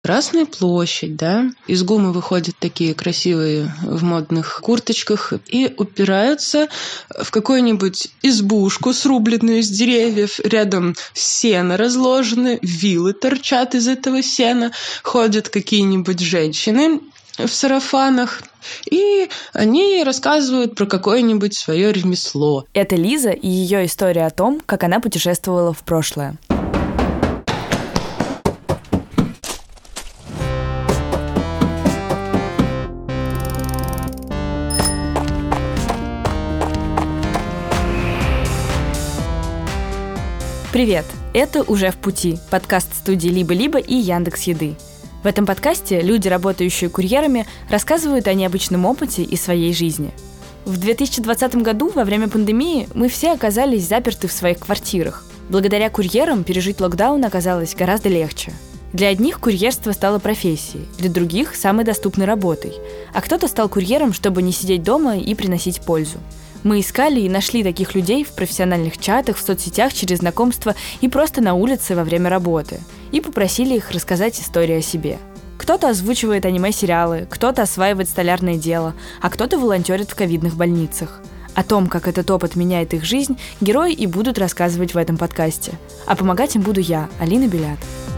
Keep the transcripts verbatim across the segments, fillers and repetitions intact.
Красная площадь, да, из ГУМа выходят такие красивые в модных курточках и упираются в какую-нибудь избушку, срубленную из деревьев, рядом сено разложено, вилы торчат из этого сена, ходят какие-нибудь женщины в сарафанах, и они рассказывают про какое-нибудь свое ремесло. Это Лиза и ее история о том, как она путешествовала в прошлое. Привет! Это «Уже в пути» – подкаст студии «Либо-либо» и Яндекс.Еды. В этом подкасте люди, работающие курьерами, рассказывают о необычном опыте и своей жизни. В две тысячи двадцатом году, во время пандемии, мы все оказались заперты в своих квартирах. Благодаря курьерам пережить локдаун оказалось гораздо легче. Для одних курьерство стало профессией, для других – самой доступной работой, а кто-то стал курьером, чтобы не сидеть дома и приносить пользу. Мы искали и нашли таких людей в профессиональных чатах, в соцсетях, через знакомства и просто на улице во время работы. И попросили их рассказать историю о себе. Кто-то озвучивает аниме-сериалы, кто-то осваивает столярное дело, а кто-то волонтерит в ковидных больницах. О том, как этот опыт меняет их жизнь, герои и будут рассказывать в этом подкасте. А помогать им буду я, Алина Белят.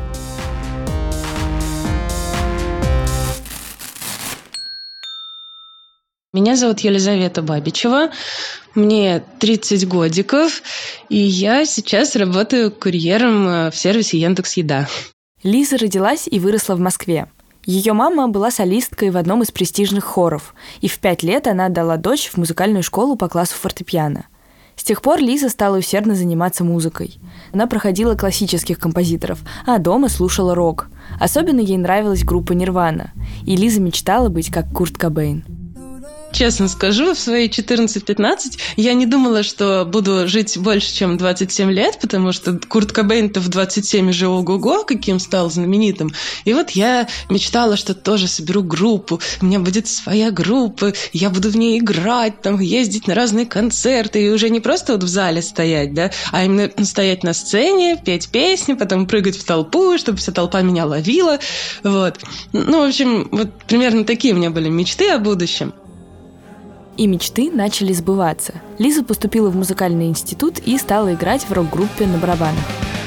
Меня зовут Елизавета Бабичева, мне тридцать годиков, и я сейчас работаю курьером в сервисе Яндекс.Еда. Лиза родилась и выросла в Москве. Ее мама была солисткой в одном из престижных хоров, и в пять лет она отдала дочь в музыкальную школу по классу фортепиано. С тех пор Лиза стала усердно заниматься музыкой. Она проходила классических композиторов, а дома слушала рок. Особенно ей нравилась группа Нирвана, и Лиза мечтала быть как Курт Кобейн. Честно скажу, в свои четырнадцать-пятнадцать я не думала, что буду жить больше, чем двадцать семь лет, потому что Курт Кобейн-то в двадцать семь уже ого-го, каким стал знаменитым. И вот я мечтала, что тоже соберу группу, у меня будет своя группа, я буду в ней играть, там, ездить на разные концерты, и уже не просто вот в зале стоять, да, а именно стоять на сцене, петь песни, потом прыгать в толпу, чтобы вся толпа меня ловила. Вот. Ну, в общем, вот примерно такие у меня были мечты о будущем. И мечты начали сбываться. Лиза поступила в музыкальный институт и стала играть в рок-группе на барабанах.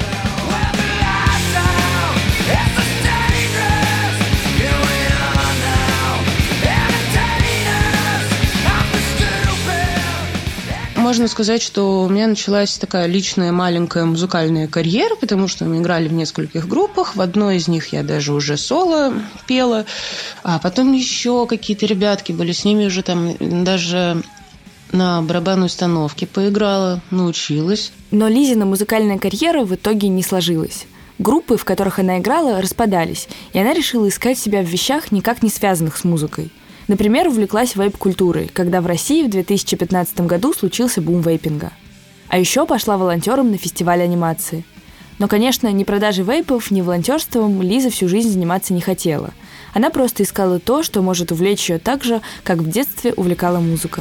Можно сказать, что у меня началась такая личная маленькая музыкальная карьера, потому что мы играли в нескольких группах. В одной из них я даже уже соло пела, а потом еще какие-то ребятки были, с ними уже там даже на барабанной установке поиграла, научилась. Но Лизина музыкальная карьера в итоге не сложилась. Группы, в которых она играла, распадались, и она решила искать себя в вещах, никак не связанных с музыкой. Например, увлеклась вейп-культурой, когда в России в две тысячи пятнадцатом году случился бум вейпинга. А еще пошла волонтером на фестиваль анимации. Но, конечно, ни продажей вейпов, ни волонтерством Лиза всю жизнь заниматься не хотела. Она просто искала то, что может увлечь ее так же, как в детстве увлекала музыка.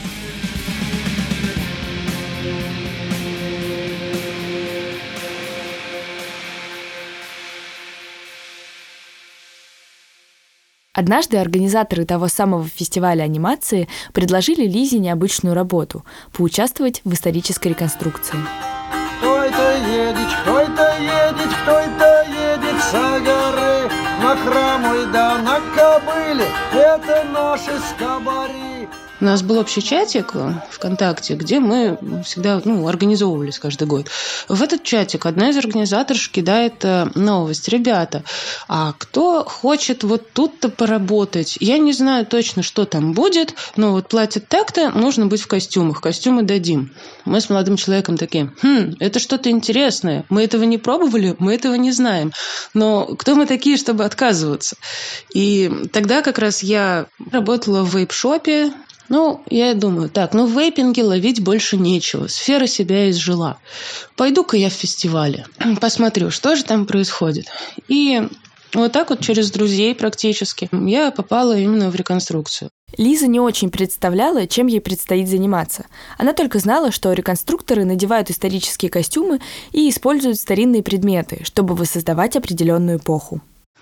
Однажды организаторы того самого фестиваля анимации предложили Лизе необычную работу – поучаствовать в исторической реконструкции. Кто это едет, кто это едет, кто это едет со горы, на хромой да на кобыле, это наши скобари. У нас был общий чатик ВКонтакте, где мы всегда ну, организовывались каждый год. В этот чатик одна из организаторш кидает новость. Ребята, а кто хочет вот тут-то поработать? Я не знаю точно, что там будет, но вот платят так-то, нужно быть в костюмах. Костюмы дадим. Мы с молодым человеком такие, хм, это что-то интересное. Мы этого не пробовали, мы этого не знаем. Но кто мы такие, чтобы отказываться? И тогда как раз я работала в вейп-шопе. Ну, я думаю, так, ну в вейпинге ловить больше нечего. Сфера себя изжила. Пойду-ка я в фестивале. Посмотрю, что же там происходит. И вот так вот через друзей практически я попала именно в реконструкцию. Лиза не очень представляла, чем ей предстоит заниматься. Она только знала, что реконструкторы надевают исторические костюмы и используют старинные предметы, чтобы воссоздавать определенную эпоху.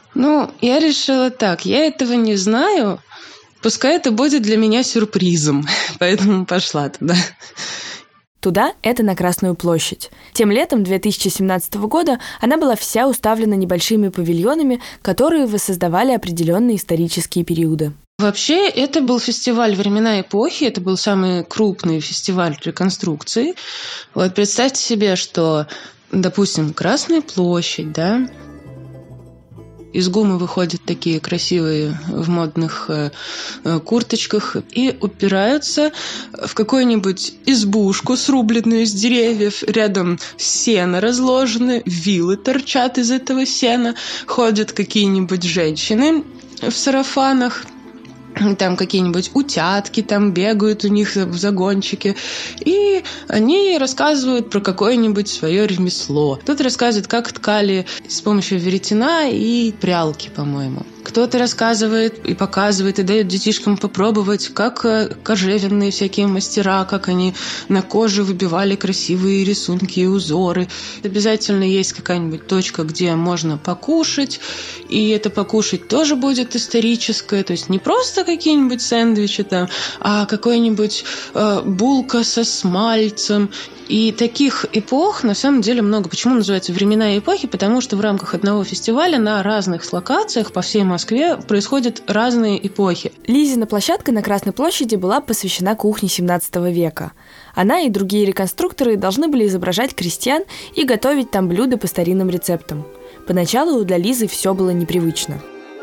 Ну, я решила так, я этого не знаю, пускай это будет для меня сюрпризом, поэтому пошла туда. Туда – это на Красную площадь. Тем летом две тысячи семнадцатого года она была вся уставлена небольшими павильонами, которые воссоздавали определенные исторические периоды. Вообще, это был фестиваль «Времена эпохи», это был самый крупный фестиваль реконструкции. Вот представьте себе, что, допустим, Красная площадь, да, из ГУМа выходят такие красивые в модных э, курточках и упираются в какую-нибудь избушку, срубленную из деревьев. Рядом сено разложено, вилы торчат из этого сена. Ходят какие-нибудь женщины в сарафанах. Там какие-нибудь утятки там бегают у них в загончике. И они рассказывают про какое-нибудь свое ремесло. Кто-то рассказывает, как ткали с помощью веретена и прялки, по-моему. Кто-то рассказывает и показывает, и дает детишкам попробовать, как кожевенные всякие мастера, как они на коже выбивали красивые рисунки и узоры. Обязательно есть какая-нибудь точка, где можно покушать, и это покушать тоже будет историческое, то есть не просто какие-нибудь сэндвичи там, а какой-нибудь э, булка со смальцем. И таких эпох на самом деле много. Почему называется «Времена эпохи»? Потому что в рамках одного фестиваля на разных локациях по всей Москве происходят разные эпохи. Лизина площадка на Красной площади была посвящена кухне семнадцатого века. Она и другие реконструкторы должны были изображать крестьян и готовить там блюда по старинным рецептам. Поначалу для Лизы все было непривычно.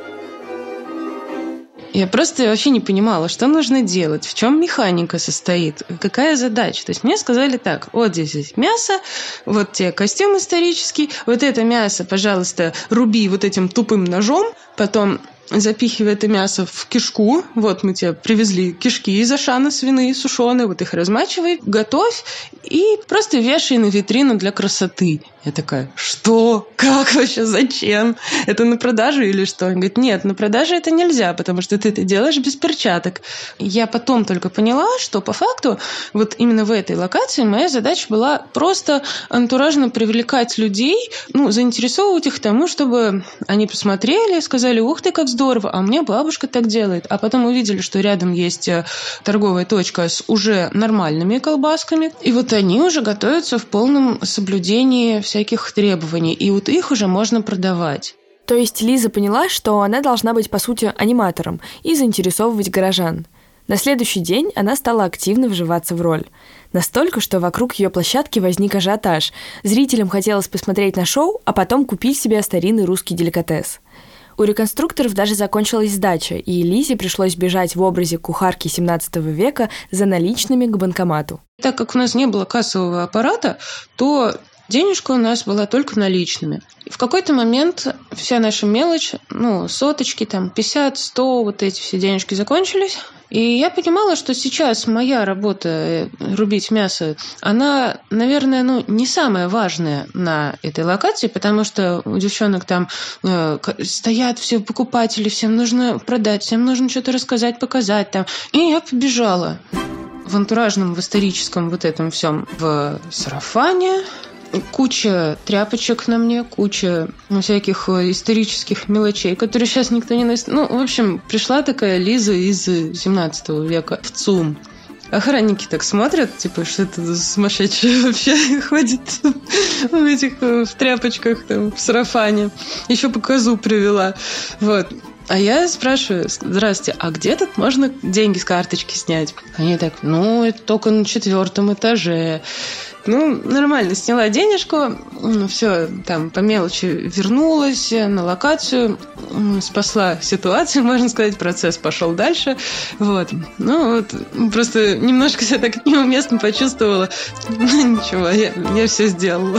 Я просто вообще не понимала, что нужно делать, в чем механика состоит, какая задача. То есть мне сказали так: вот здесь мясо, вот тебе костюм исторический, вот это мясо, пожалуйста, руби вот этим тупым ножом, потом запихивай это мясо в кишку. Вот мы тебе привезли кишки из Ашана свиные, сушеные, вот их размачивай, готовь и просто вешай на витрину для красоты. Я такая: что? Как вообще? Зачем? Это на продажу или что? Он говорит: нет, на продажу это нельзя, потому что ты это делаешь без перчаток. Я потом только поняла, что по факту вот именно в этой локации моя задача была просто антуражно привлекать людей, ну, заинтересовывать их тому, чтобы они посмотрели, сказали: ух ты, как здорово, а у меня бабушка так делает. А потом увидели, что рядом есть торговая точка с уже нормальными колбасками, и вот они уже готовятся в полном соблюдении всяких требований, и вот их уже можно продавать. То есть Лиза поняла, что она должна быть, по сути, аниматором и заинтересовывать горожан. На следующий день она стала активно вживаться в роль. Настолько, что вокруг ее площадки возник ажиотаж. Зрителям хотелось посмотреть на шоу, а потом купить себе старинный русский деликатес. У реконструкторов даже закончилась сдача, и Лизе пришлось бежать в образе кухарки семнадцатого века за наличными к банкомату. Так как у нас не было кассового аппарата, то денежка у нас была только наличными. И в какой-то момент вся наша мелочь, ну, соточки, там, пятьдесят, сто, вот эти все денежки закончились. И я понимала, что сейчас моя работа рубить мясо, она, наверное, ну, не самая важная на этой локации, потому что у девчонок там э, стоят все покупатели, всем нужно продать, всем нужно что-то рассказать, показать там. И я побежала в антуражном, в историческом вот этом всем, в сарафане. Куча тряпочек на мне, куча всяких исторических мелочей, которые сейчас никто не носит. Ну, в общем, пришла такая Лиза из семнадцатого века в ЦУМ. Охранники так смотрят, типа, что это сумасшедшая вообще ходит в этих в тряпочках, там, в сарафане. Еще по козу привела. Вот. А я спрашиваю: здрасте, а где тут можно деньги с карточки снять? Они так: ну, это только на четвертом этаже. Ну, нормально, сняла денежку, все, там, по мелочи вернулась на локацию, спасла ситуацию, можно сказать, процесс пошел дальше, вот. Ну, вот, просто немножко себя так неуместно почувствовала, ну, ничего, я, я все сделала.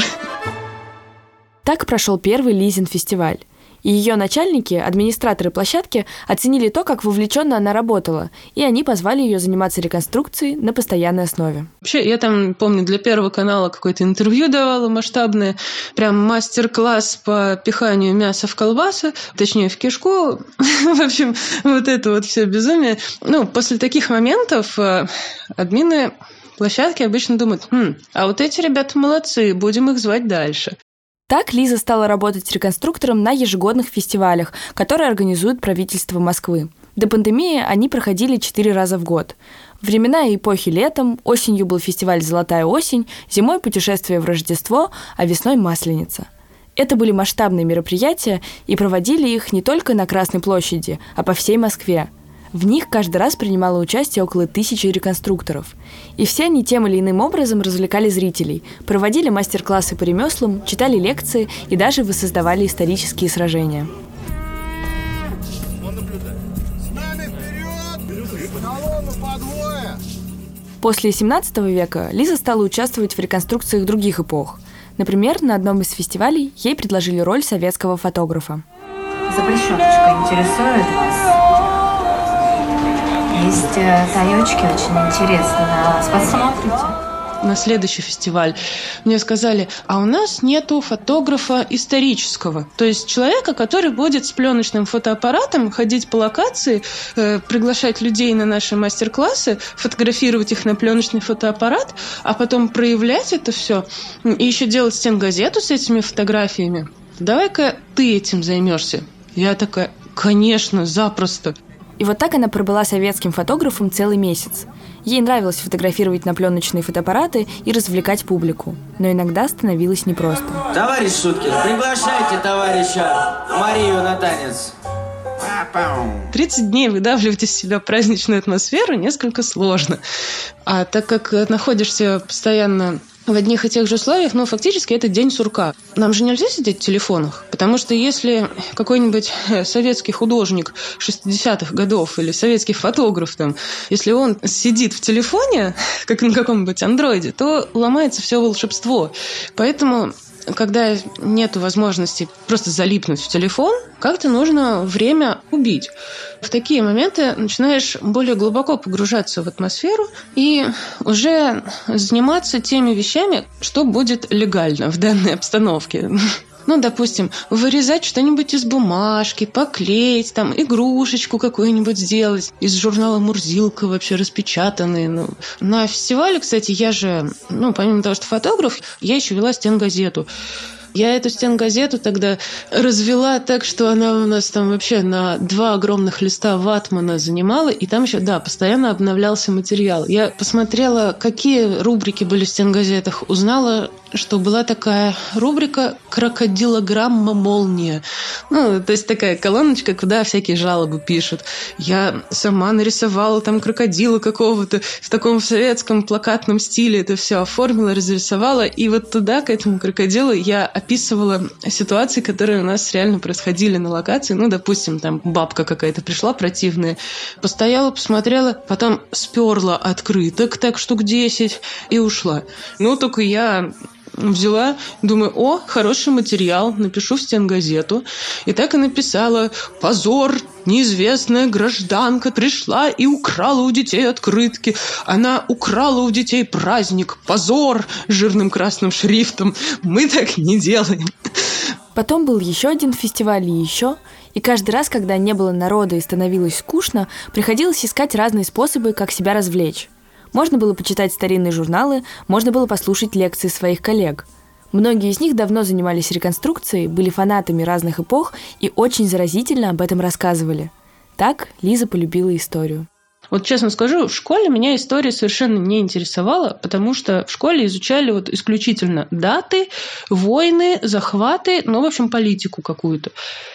Так прошел первый Лизин фестиваль. И ее начальники, администраторы площадки, оценили то, как вовлеченно она работала, и они позвали ее заниматься реконструкцией на постоянной основе. Вообще, я там, помню, для Первого канала какое-то интервью давала масштабное, прям мастер-класс по пиханию мяса в колбасы, точнее, в кишку. В общем, вот это вот все безумие. Ну, после таких моментов админы площадки обычно думают: хм, а вот эти ребята молодцы, будем их звать дальше. Так Лиза стала работать реконструктором на ежегодных фестивалях, которые организует правительство Москвы. До пандемии они проходили четыре раза в год. Времена и эпохи летом, осенью был фестиваль «Золотая осень», зимой путешествие в Рождество, а весной Масленица. Это были масштабные мероприятия, и проводили их не только на Красной площади, а по всей Москве. В них каждый раз принимало участие около тысячи реконструкторов. И все они тем или иным образом развлекали зрителей, проводили мастер-классы по ремеслам, читали лекции и даже воссоздавали исторические сражения. После семнадцатого века Лиза стала участвовать в реконструкциях других эпох. Например, на одном из фестивалей ей предложили роль советского фотографа. Запрещеночка интересует вас? Есть таечки очень интересные. Посмотрите. На следующий фестиваль мне сказали, а у нас нету фотографа исторического. То есть человека, который будет с пленочным фотоаппаратом ходить по локации, э, приглашать людей на наши мастер-классы, фотографировать их на пленочный фотоаппарат, а потом проявлять это все. И еще делать стенгазету с этими фотографиями. Давай-ка ты этим займешься. Я такая, конечно, запросто. И вот так она пробыла советским фотографом целый месяц. Ей нравилось фотографировать на пленочные фотоаппараты и развлекать публику. Но иногда становилось непросто. Товарищ Шуткин, приглашайте товарища Марию на танец. тридцать дней выдавливать из себя праздничную атмосферу несколько сложно. А так как находишься постоянно в одних и тех же условиях, но фактически это день сурка. Нам же нельзя сидеть в телефонах, потому что если какой-нибудь советский художник шестидесятых годов или советский фотограф, там, если он сидит в телефоне, как на каком-нибудь андроиде, то ломается все волшебство. Поэтому, когда нет возможности просто залипнуть в телефон, как-то нужно время убить. В такие моменты начинаешь более глубоко погружаться в атмосферу и уже заниматься теми вещами, что будет легально в данной обстановке. Ну, допустим, вырезать что-нибудь из бумажки, поклеить, там, игрушечку какую-нибудь сделать. Из журнала «Мурзилка» вообще распечатанные. Ну. На фестивале, кстати, я же, ну, помимо того, что фотограф, я еще вела стенгазету. Я эту стенгазету тогда развела так, что она у нас там вообще на два огромных листа ватмана занимала, и там еще, да, постоянно обновлялся материал. Я посмотрела, какие рубрики были в стенгазетах, узнала, что была такая рубрика «Крокодилограмма молния». Ну, то есть такая колоночка, куда всякие жалобы пишут. Я сама нарисовала там крокодила какого-то в таком советском плакатном стиле, это все оформила, разрисовала, и вот туда, к этому крокодилу, я описывала ситуации, которые у нас реально происходили на локации. Ну, допустим, там бабка какая-то пришла противная, постояла, посмотрела, потом сперла открыток, так штук десять, и ушла. Ну, только я взяла, думаю, о, хороший материал, напишу в стенгазету. И так и написала: позор, неизвестная гражданка пришла и украла у детей открытки. Она украла у детей праздник. Позор, жирным красным шрифтом. Мы так не делаем. Потом был еще один фестиваль и еще. И каждый раз, когда не было народа и становилось скучно, приходилось искать разные способы, как себя развлечь. Можно было почитать старинные журналы, можно было послушать лекции своих коллег. Многие из них давно занимались реконструкцией, были фанатами разных эпох и очень заразительно об этом рассказывали. Так Лиза полюбила историю. Вот честно скажу, в школе меня история совершенно не интересовала, потому что в школе изучали вот исключительно даты, войны, захваты, ну, в общем, политику какую-то.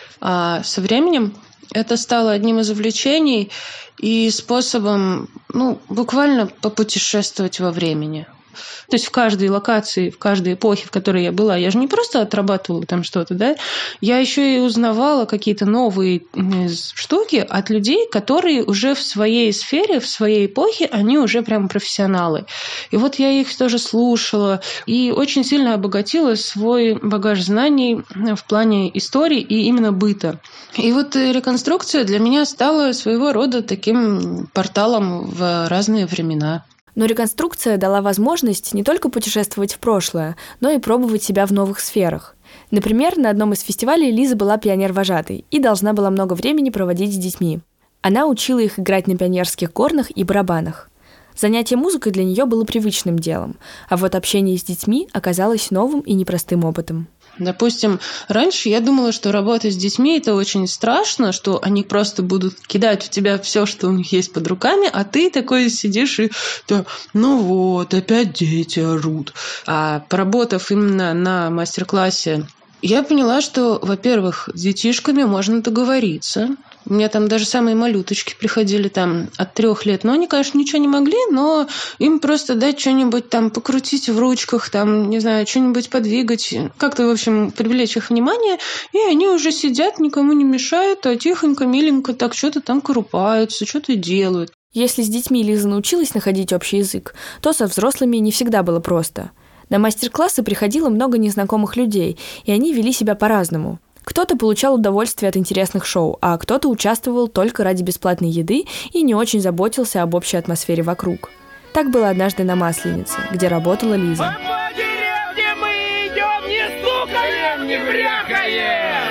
А со временем это стало одним из увлечений и способом, ну, буквально попутешествовать во времени. То есть в каждой локации, в каждой эпохе, в которой я была, я же не просто отрабатывала там что-то, да, я еще и узнавала какие-то новые штуки от людей, которые уже в своей сфере, в своей эпохе, они уже прям профессионалы. И вот я их тоже слушала и очень сильно обогатила свой багаж знаний в плане истории и именно быта. И вот реконструкция для меня стала своего рода таким порталом в разные времена. Но реконструкция дала возможность не только путешествовать в прошлое, но и пробовать себя в новых сферах. Например, на одном из фестивалей Лиза была пионер-вожатой и должна была много времени проводить с детьми. Она учила их играть на пионерских горнах и барабанах. Занятие музыкой для нее было привычным делом, а вот общение с детьми оказалось новым и непростым опытом. Допустим, раньше я думала, что работать с детьми – это очень страшно, что они просто будут кидать в тебя все, что у них есть под руками, а ты такой сидишь и да, ну вот, опять дети орут. А поработав именно на мастер-классе, я поняла, что, во-первых, с детишками можно договориться. У меня там даже самые малюточки приходили там от трех лет. Но они, конечно, ничего не могли, но им просто дать что-нибудь там покрутить в ручках, там, не знаю, что-нибудь подвигать, как-то, в общем, привлечь их внимание. И они уже сидят, никому не мешают, а тихонько, миленько так что-то там колупаются, что-то делают. Если с детьми Лиза научилась находить общий язык, то со взрослыми не всегда было просто. На мастер-классы приходило много незнакомых людей, и они вели себя по-разному. Кто-то получал удовольствие от интересных шоу, а кто-то участвовал только ради бесплатной еды и не очень заботился об общей атмосфере вокруг. Так было однажды на Масленице, где работала Лиза. По деревне мы идем, не стукаем, не брякаем!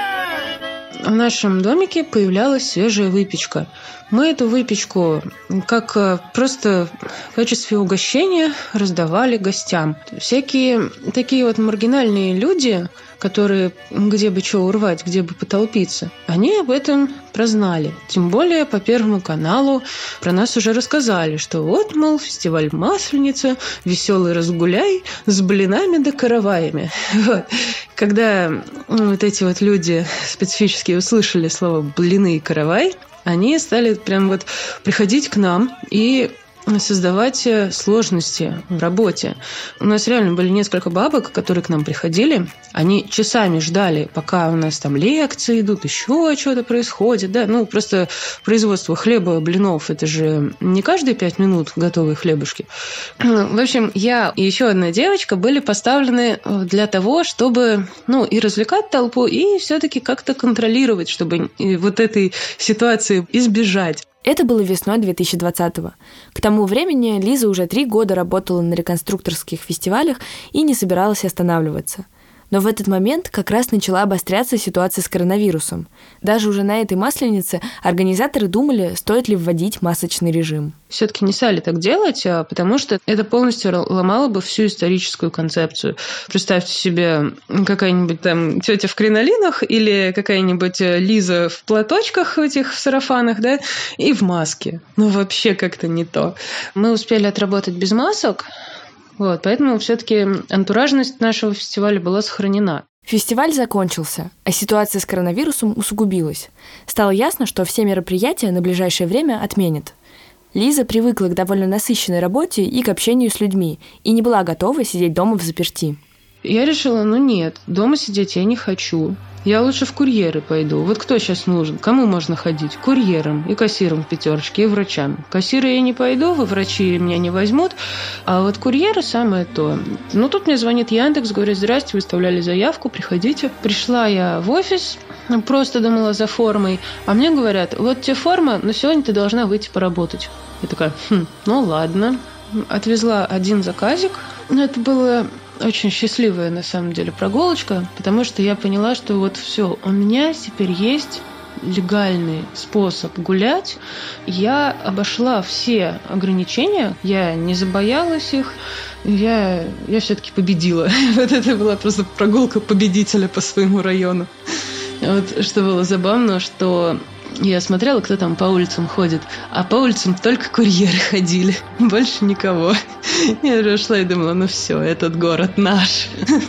В нашем домике появлялась свежая выпечка. Мы эту выпечку как просто в качестве угощения раздавали гостям. Всякие такие вот маргинальные люди, которые где бы что урвать, где бы потолпиться, они об этом прознали. Тем более по Первому каналу про нас уже рассказали, что вот, мол, фестиваль Масленица, веселый разгуляй с блинами да караваями. Вот. Когда вот эти вот люди специфически услышали слово «блины» и «каравай», они стали прям вот приходить к нам и создавать сложности в работе. У нас реально были несколько бабок, которые к нам приходили. Они часами ждали, пока у нас там лекции идут, еще что-то происходит. Да? Ну, просто производство хлеба, блинов, это же не каждые пять минут готовые хлебушки. В общем, я и еще одна девочка были поставлены для того, чтобы ну, и развлекать толпу, и все-таки как-то контролировать, чтобы вот этой ситуации избежать. Это было весной две тысячи двадцатого. К тому времени Лиза уже три года работала на реконструкторских фестивалях и не собиралась останавливаться. Но в этот момент как раз начала обостряться ситуация с коронавирусом. Даже уже на этой Масленице организаторы думали, стоит ли вводить масочный режим. Все-таки не стали так делать, потому что это полностью ломало бы всю историческую концепцию. Представьте себе какая-нибудь там тетя в кринолинах или какая-нибудь Лиза в платочках этих в сарафанах, да, и в маске. Ну, вообще как-то не то. Мы успели отработать без масок, вот, поэтому все-таки антуражность нашего фестиваля была сохранена. Фестиваль закончился, а ситуация с коронавирусом усугубилась. Стало ясно, что все мероприятия на ближайшее время отменят. Лиза привыкла к довольно насыщенной работе и к общению с людьми, и не была готова сидеть дома взаперти. Я решила, ну нет, дома сидеть я не хочу. Я лучше в курьеры пойду. Вот кто сейчас нужен? Кому можно ходить? Курьерам и кассирам в пятерочке, и врачам. Кассиры я не пойду, во врачи меня не возьмут, а вот курьеры самое то. Ну, тут мне звонит Яндекс, говорит: здрасте, выставляли заявку, приходите. Пришла я в офис, просто думала за формой, а мне говорят: вот тебе форма, но сегодня ты должна выйти поработать. Я такая, хм, ну ладно. Отвезла один заказик. Это было... очень счастливая, на самом деле, прогулочка, потому что я поняла, что вот все, у меня теперь есть легальный способ гулять. Я обошла все ограничения, я не забоялась их, я, я все-таки победила. Вот это была просто прогулка победителя по своему району. Вот что было забавно, что я смотрела, кто там по улицам ходит, а по улицам только курьеры ходили, больше никого. Я уже шла и думала, ну все, этот город наш.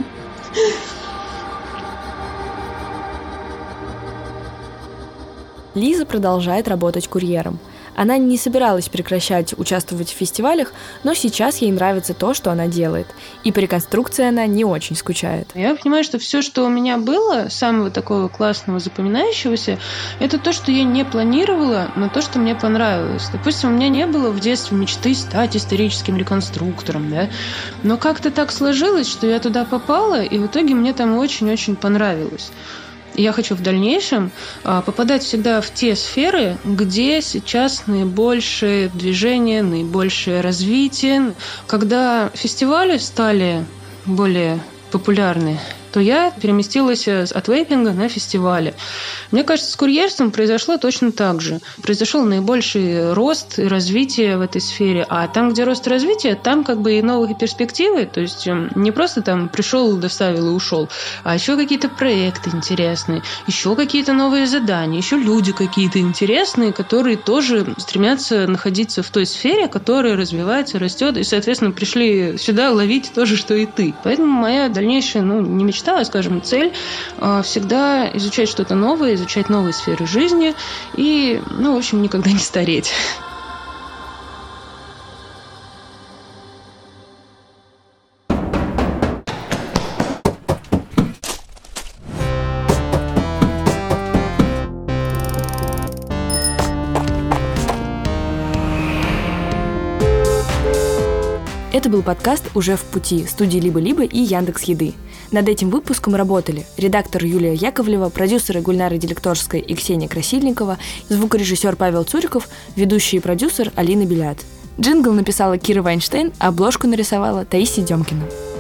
Лиза продолжает работать курьером. Она не собиралась прекращать участвовать в фестивалях, но сейчас ей нравится то, что она делает. И по реконструкции она не очень скучает. Я понимаю, что все, что у меня было, самого такого классного, запоминающегося, это то, что я не планировала, но то, что мне понравилось. Допустим, у меня не было в детстве мечты стать историческим реконструктором, да? Но как-то так сложилось, что я туда попала, и в итоге мне там очень-очень понравилось. Я хочу в дальнейшем попадать всегда в те сферы, где сейчас наибольшее движение, наибольшее развитие. Когда фестивали стали более популярны, то я переместилась от вейпинга на фестивали. Мне кажется, с курьерством произошло точно так же. Произошел наибольший рост и развитие в этой сфере. А там, где рост и развитие, там как бы и новые перспективы. То есть не просто там пришел, доставил и ушел, а еще какие-то проекты интересные, еще какие-то новые задания, еще люди какие-то интересные, которые тоже стремятся находиться в той сфере, которая развивается, растет, и, соответственно, пришли сюда ловить то же, что и ты. Поэтому моя дальнейшая, ну, не мечта, а, скажем, цель а, всегда изучать что-то новое, изучать новые сферы жизни и, ну, в общем, никогда не стареть. Это был подкаст «Уже в пути» студии «Либо-либо» и Яндекс.Еды. Над этим выпуском работали редактор Юлия Яковлева, продюсеры Гульнара Делекторская и Ксения Красильникова, звукорежиссер Павел Цуриков, ведущий и продюсер Алина Белят. Джингл написала Кира Вайнштейн, а обложку нарисовала Таисия Демкина.